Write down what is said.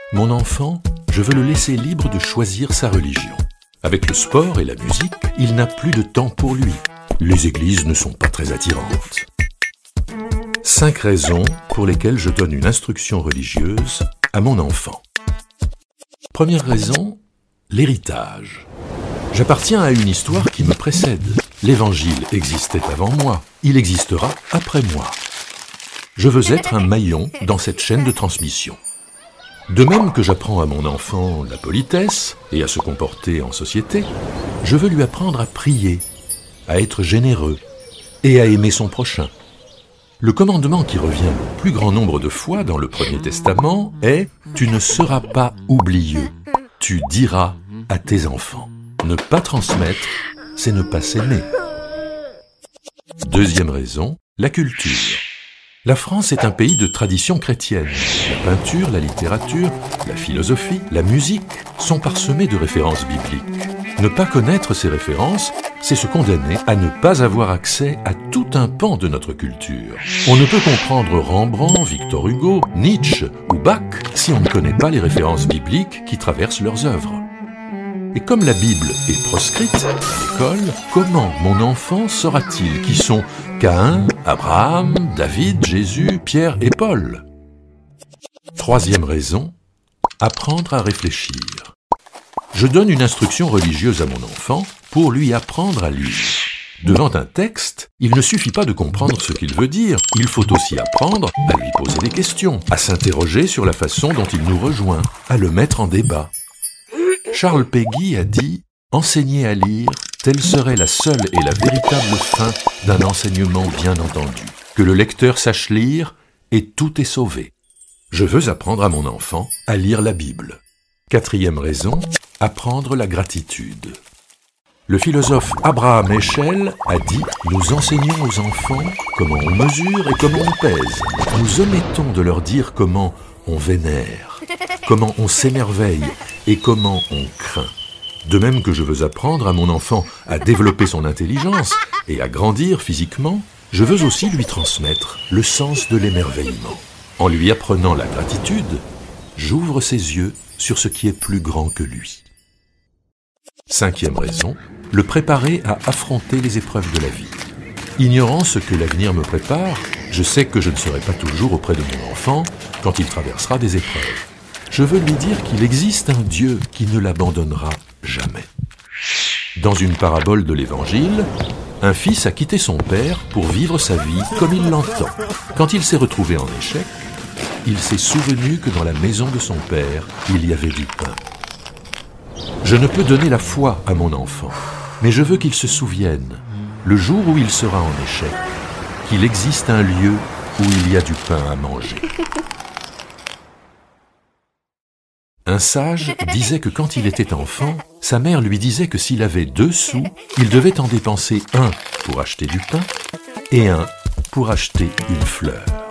Mon enfant, je veux le laisser libre de choisir sa religion. Avec le sport et la musique, il n'a plus de temps pour lui. Les églises ne sont pas très attirantes. 5 raisons pour lesquelles je donne une instruction religieuse à mon enfant. Première raison, l'héritage. J'appartiens à une histoire qui me précède. L'Évangile existait avant moi, il existera après moi. Je veux être un maillon dans cette chaîne de transmission. De même que j'apprends à mon enfant la politesse et à se comporter en société, je veux lui apprendre à prier, à être généreux et à aimer son prochain. Le commandement qui revient le plus grand nombre de fois dans le Premier Testament est « Tu ne seras pas oublieux, tu diras à tes enfants ». Ne pas transmettre, c'est ne pas s'aimer. Deuxième raison, la culture. La France est un pays de tradition chrétienne. La peinture, la littérature, la philosophie, la musique sont parsemées de références bibliques. Ne pas connaître ces références, c'est se condamner à ne pas avoir accès à tout un pan de notre culture. On ne peut comprendre Rembrandt, Victor Hugo, Nietzsche ou Bach si on ne connaît pas les références bibliques qui traversent leurs œuvres. Et comme la Bible est proscrite à l'école, comment mon enfant saura-t-il qui sont Caïn, Abraham, David, Jésus, Pierre et Paul? Troisième raison, apprendre à réfléchir. Je donne une instruction religieuse à mon enfant pour lui apprendre à lire. Devant un texte, il ne suffit pas de comprendre ce qu'il veut dire, il faut aussi apprendre à lui poser des questions, à s'interroger sur la façon dont il nous rejoint, à le mettre en débat. Charles Péguy a dit « Enseigner à lire, telle serait la seule et la véritable fin d'un enseignement bien entendu. Que le lecteur sache lire, et tout est sauvé. » Je veux apprendre à mon enfant à lire la Bible. Quatrième raison, apprendre la gratitude. Le philosophe Abraham Heschel a dit « Nous enseignons aux enfants comment on mesure et comment on pèse. Nous omettons de leur dire comment on vénère, comment on s'émerveille et comment on craint. De même que je veux apprendre à mon enfant à développer son intelligence et à grandir physiquement, je veux aussi lui transmettre le sens de l'émerveillement. En lui apprenant la gratitude, j'ouvre ses yeux sur ce qui est plus grand que lui. Cinquième raison, le préparer à affronter les épreuves de la vie. Ignorant ce que l'avenir me prépare, je sais que je ne serai pas toujours auprès de mon enfant quand il traversera des épreuves. Je veux lui dire qu'il existe un Dieu qui ne l'abandonnera jamais. Dans une parabole de l'Évangile, un fils a quitté son père pour vivre sa vie comme il l'entend. Quand il s'est retrouvé en échec, il s'est souvenu que dans la maison de son père, il y avait du pain. Je ne peux donner la foi à mon enfant, mais je veux qu'il se souvienne, le jour où il sera en échec, qu'il existe un lieu où il y a du pain à manger. Un sage disait que quand il était enfant, sa mère lui disait que s'il avait 2 sous, il devait en dépenser 1 pour acheter du pain et 1 pour acheter une fleur.